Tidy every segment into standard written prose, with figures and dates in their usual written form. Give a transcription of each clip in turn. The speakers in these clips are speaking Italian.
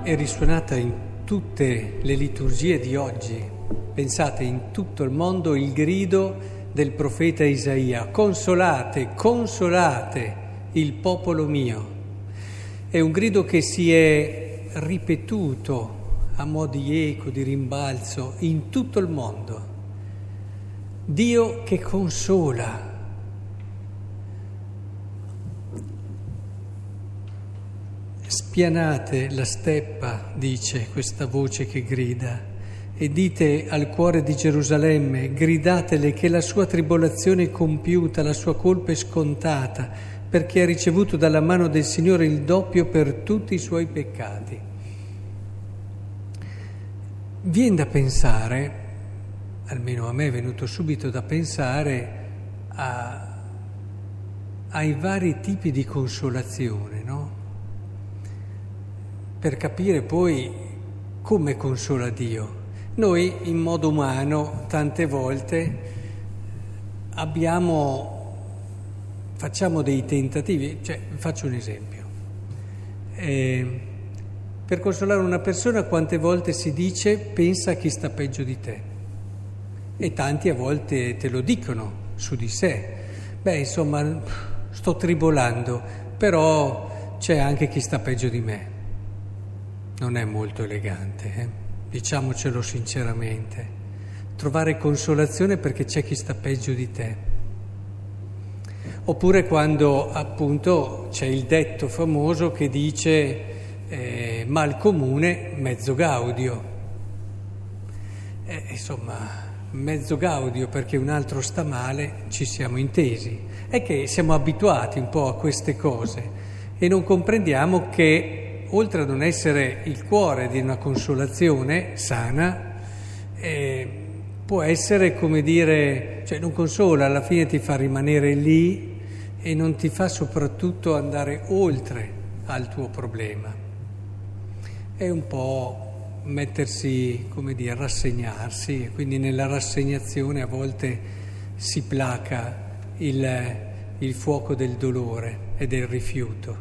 è risuonata in tutte le liturgie di oggi. Pensate, in tutto il mondo il grido del profeta Isaia: consolate, consolate il popolo mio. È un grido che si è ripetuto a mo' di eco, di rimbalzo in tutto il mondo. Dio che consola. Spianate la steppa, dice questa voce che grida, e dite al cuore di Gerusalemme, gridatele che la sua tribolazione è compiuta, la sua colpa è scontata, perché ha ricevuto dalla mano del Signore il doppio per tutti i suoi peccati. Viene da pensare, almeno a me è venuto subito da pensare, ai vari tipi di consolazione, no? Per capire poi come consola Dio. Noi in modo umano tante volte facciamo dei tentativi, faccio un esempio. Per consolare una persona quante volte si dice pensa a chi sta peggio di te, e tanti a volte te lo dicono su di sé. Insomma, sto tribolando, però c'è anche chi sta peggio di me. Non è molto elegante, diciamocelo sinceramente. Trovare consolazione perché c'è chi sta peggio di te. Oppure quando appunto c'è il detto famoso che dice mal comune mezzo gaudio. Mezzo gaudio perché un altro sta male, ci siamo intesi. È che siamo abituati un po' a queste cose e non comprendiamo che oltre a non essere il cuore di una consolazione sana, può essere, come dire, non consola, alla fine ti fa rimanere lì e non ti fa soprattutto andare oltre al tuo problema. È un po' mettersi, rassegnarsi, e quindi nella rassegnazione a volte si placa il fuoco del dolore e del rifiuto.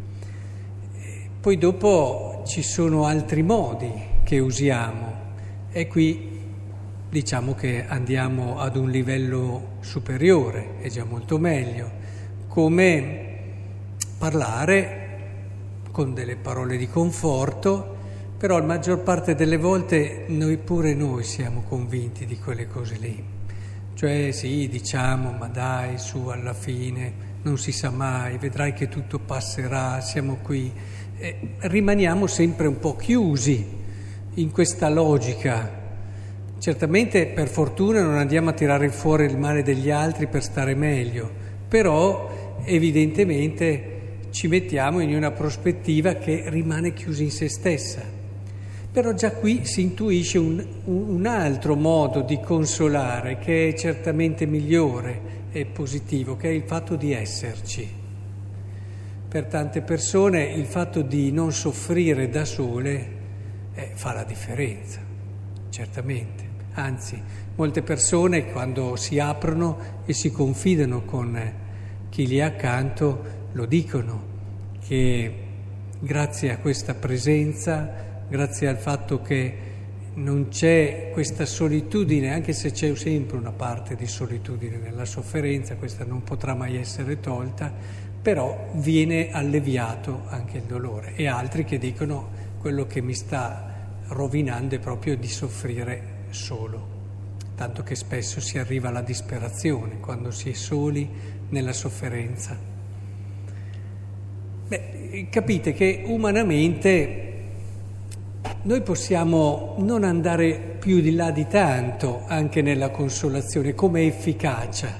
Poi dopo ci sono altri modi che usiamo e qui diciamo che andiamo ad un livello superiore, è già molto meglio, come parlare con delle parole di conforto, però la maggior parte delle volte noi siamo convinti di quelle cose lì. Sì, diciamo, ma dai, su, alla fine non si sa mai, vedrai che tutto passerà, siamo qui. Rimaniamo sempre un po' chiusi in questa logica. Certamente per fortuna non andiamo a tirare fuori il male degli altri per stare meglio, però evidentemente ci mettiamo in una prospettiva che rimane chiusa in se stessa. Però già qui si intuisce un altro modo di consolare che è certamente migliore e positivo, che è il fatto di esserci. Per tante persone il fatto di non soffrire da sole fa la differenza, certamente. Anzi, molte persone quando si aprono e si confidano con chi li ha accanto lo dicono, che grazie a questa presenza, grazie al fatto che non c'è questa solitudine, anche se c'è sempre una parte di solitudine nella sofferenza, questa non potrà mai essere tolta, però viene alleviato anche il dolore. E altri che dicono quello che mi sta rovinando è proprio di soffrire solo, tanto che spesso si arriva alla disperazione quando si è soli nella sofferenza. Capite che umanamente noi possiamo non andare più di là di tanto anche nella consolazione come efficacia.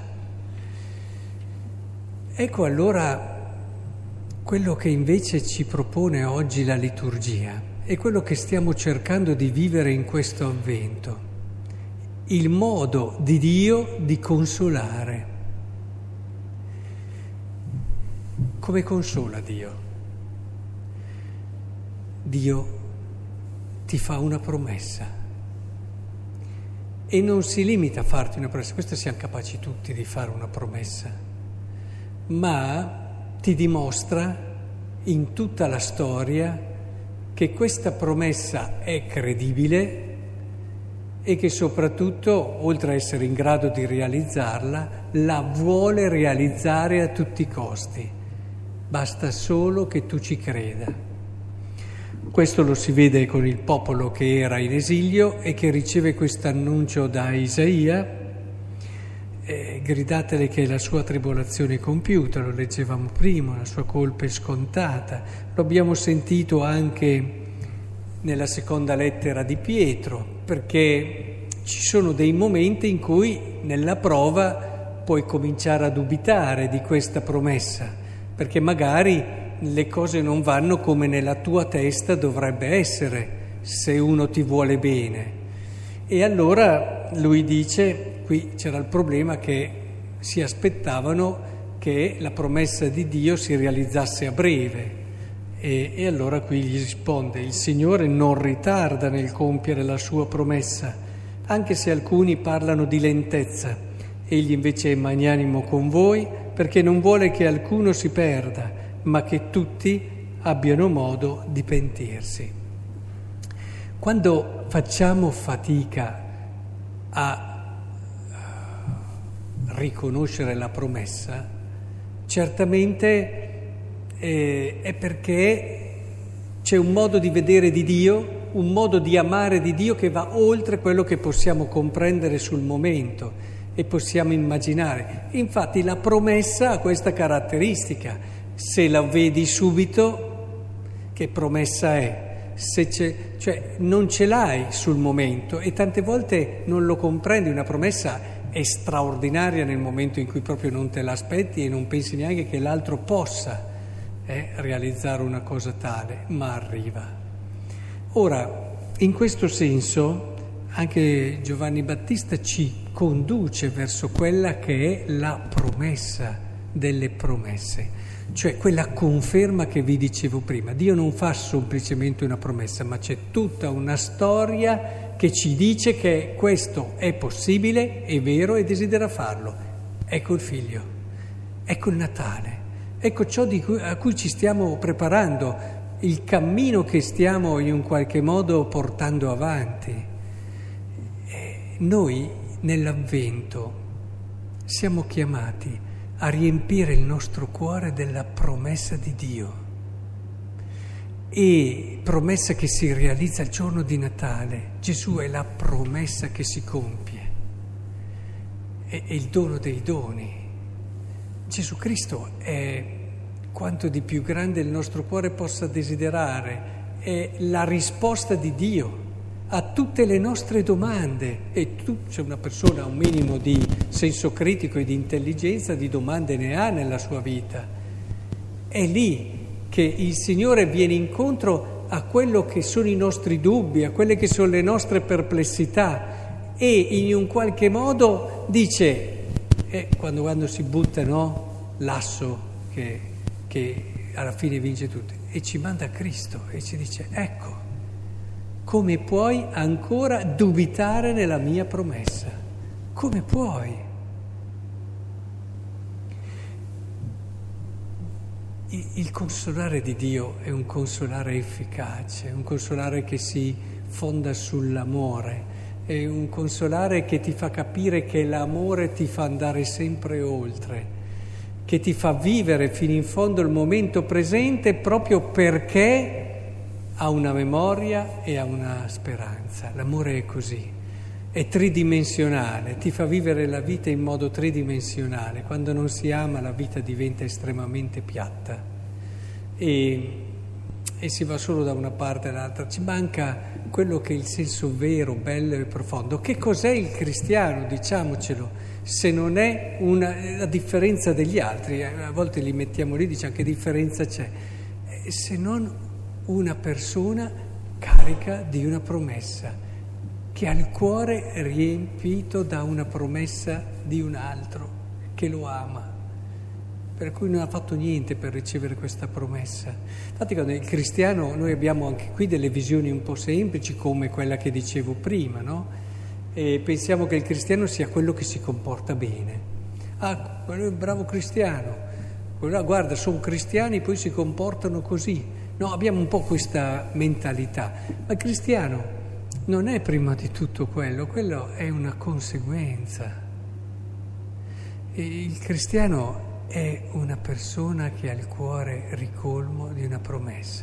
Ecco allora quello che invece ci propone oggi la liturgia è quello che stiamo cercando di vivere in questo avvento, il modo di Dio di consolare. Come consola Dio? Dio ti fa una promessa e non si limita a farti una promessa, questo siamo capaci tutti di fare una promessa, ma ti dimostra in tutta la storia che questa promessa è credibile e che soprattutto, oltre a essere in grado di realizzarla, la vuole realizzare a tutti i costi. Basta solo che tu ci creda. Questo lo si vede con il popolo che era in esilio e che riceve questo annuncio da Isaia: gridatele che la sua tribolazione è compiuta, lo leggevamo prima, la sua colpa è scontata. Lo abbiamo sentito anche nella seconda lettera di Pietro, perché ci sono dei momenti in cui nella prova puoi cominciare a dubitare di questa promessa, perché magari le cose non vanno come nella tua testa dovrebbe essere, se uno ti vuole bene. E allora lui dice, qui c'era il problema che si aspettavano che la promessa di Dio si realizzasse a breve. E allora qui gli risponde: il Signore non ritarda nel compiere la sua promessa, anche se alcuni parlano di lentezza. Egli invece è magnanimo con voi, perché non vuole che alcuno si perda, ma che tutti abbiano modo di pentirsi. Quando facciamo fatica a riconoscere la promessa, certamente è perché c'è un modo di vedere di Dio, un modo di amare di Dio che va oltre quello che possiamo comprendere sul momento e possiamo immaginare. Infatti la promessa ha questa caratteristica: se la vedi subito, che promessa è? Cioè non ce l'hai sul momento e tante volte non lo comprendi. Una promessa è straordinaria nel momento in cui proprio non te l'aspetti e non pensi neanche che l'altro possa realizzare una cosa tale, ma arriva. Ora, in questo senso, anche Giovanni Battista ci conduce verso quella che è la promessa delle promesse, cioè quella conferma che vi dicevo prima. Dio non fa semplicemente una promessa, ma c'è tutta una storia che ci dice che questo è possibile, è vero e desidera farlo. Ecco il Figlio, ecco il Natale. Ecco ciò a cui ci stiamo preparando, il cammino che stiamo in un qualche modo portando avanti. Noi nell'Avvento siamo chiamati a riempire il nostro cuore della promessa di Dio, e promessa che si realizza il giorno di Natale. Gesù è la promessa che si compie, è il dono dei doni. Gesù Cristo è quanto di più grande il nostro cuore possa desiderare, è la risposta di Dio a tutte le nostre domande. E se una persona ha un minimo di senso critico e di intelligenza, di domande ne ha nella sua vita. È lì che il Signore viene incontro a quello che sono i nostri dubbi, a quelle che sono le nostre perplessità, e in un qualche modo dice, quando si butta, no, l'asso che alla fine vince tutto, e ci manda Cristo e ci dice: ecco, come puoi ancora dubitare nella mia promessa? Come puoi? Il consolare di Dio è un consolare efficace, un consolare che si fonda sull'amore, è un consolare che ti fa capire che l'amore ti fa andare sempre oltre, che ti fa vivere fino in fondo il momento presente, proprio perché ha una memoria e ha una speranza. L'amore è così, è tridimensionale, ti fa vivere la vita in modo tridimensionale. Quando non si ama, la vita diventa estremamente piatta e si va solo da una parte all'altra. Ci manca quello che è il senso vero, bello e profondo. Che cos'è il cristiano, diciamocelo, se non è la differenza degli altri? A volte li mettiamo lì, diciamo: che differenza c'è? Se non una persona carica di una promessa, che ha il cuore riempito da una promessa di un altro che lo ama, per cui non ha fatto niente per ricevere questa promessa. Infatti, quando il cristiano, noi abbiamo anche qui delle visioni un po' semplici, come quella che dicevo prima, no? E pensiamo che il cristiano sia quello che si comporta bene. Quello è un bravo cristiano. Guarda, sono cristiani, poi si comportano così. No, abbiamo un po' questa mentalità, ma il cristiano non è prima di tutto quello è una conseguenza. E il cristiano è una persona che ha il cuore ricolmo di una promessa.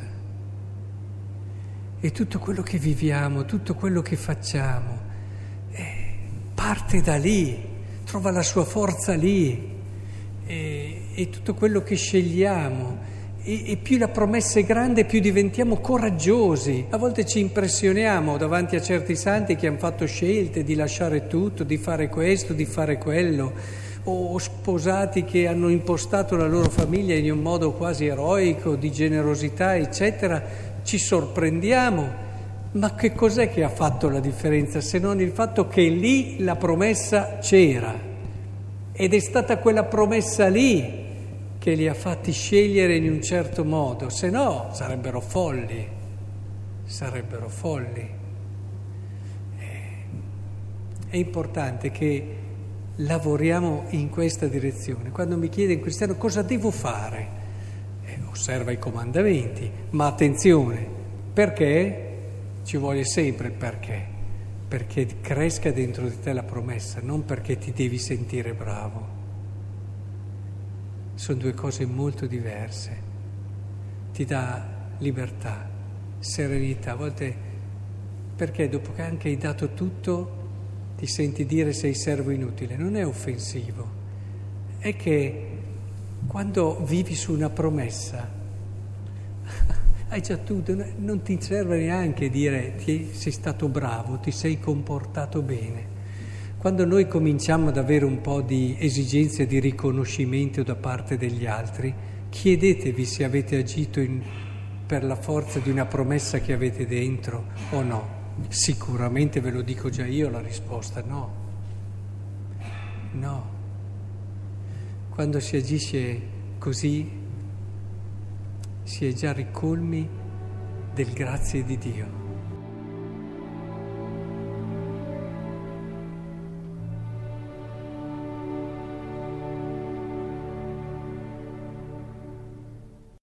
E tutto quello che viviamo, tutto quello che facciamo, parte da lì, trova la sua forza lì. E tutto quello che scegliamo. E più la promessa è grande, più diventiamo coraggiosi. A volte ci impressioniamo davanti a certi santi che hanno fatto scelte di lasciare tutto, di fare questo, di fare quello, o sposati che hanno impostato la loro famiglia in un modo quasi eroico, di generosità, eccetera. Ci sorprendiamo, ma che cos'è che ha fatto la differenza se non il fatto che lì la promessa c'era ed è stata quella promessa lì che li ha fatti scegliere in un certo modo, se no sarebbero folli. È importante che lavoriamo in questa direzione. Quando mi chiede un cristiano cosa devo fare, osserva i comandamenti, ma attenzione, perché? Ci vuole sempre il perché cresca dentro di te la promessa, non perché ti devi sentire bravo. Sono due cose molto diverse. Ti dà libertà, serenità. A volte perché dopo che anche hai dato tutto ti senti dire sei servo inutile. Non è offensivo. È che quando vivi su una promessa hai già tutto, non ti serve neanche dire sei stato bravo, ti sei comportato bene. Quando noi cominciamo ad avere un po' di esigenze di riconoscimento da parte degli altri, chiedetevi se avete agito per la forza di una promessa che avete dentro o no. Sicuramente ve lo dico già io la risposta, no. No. Quando si agisce così, si è già ricolmi del grazie di Dio.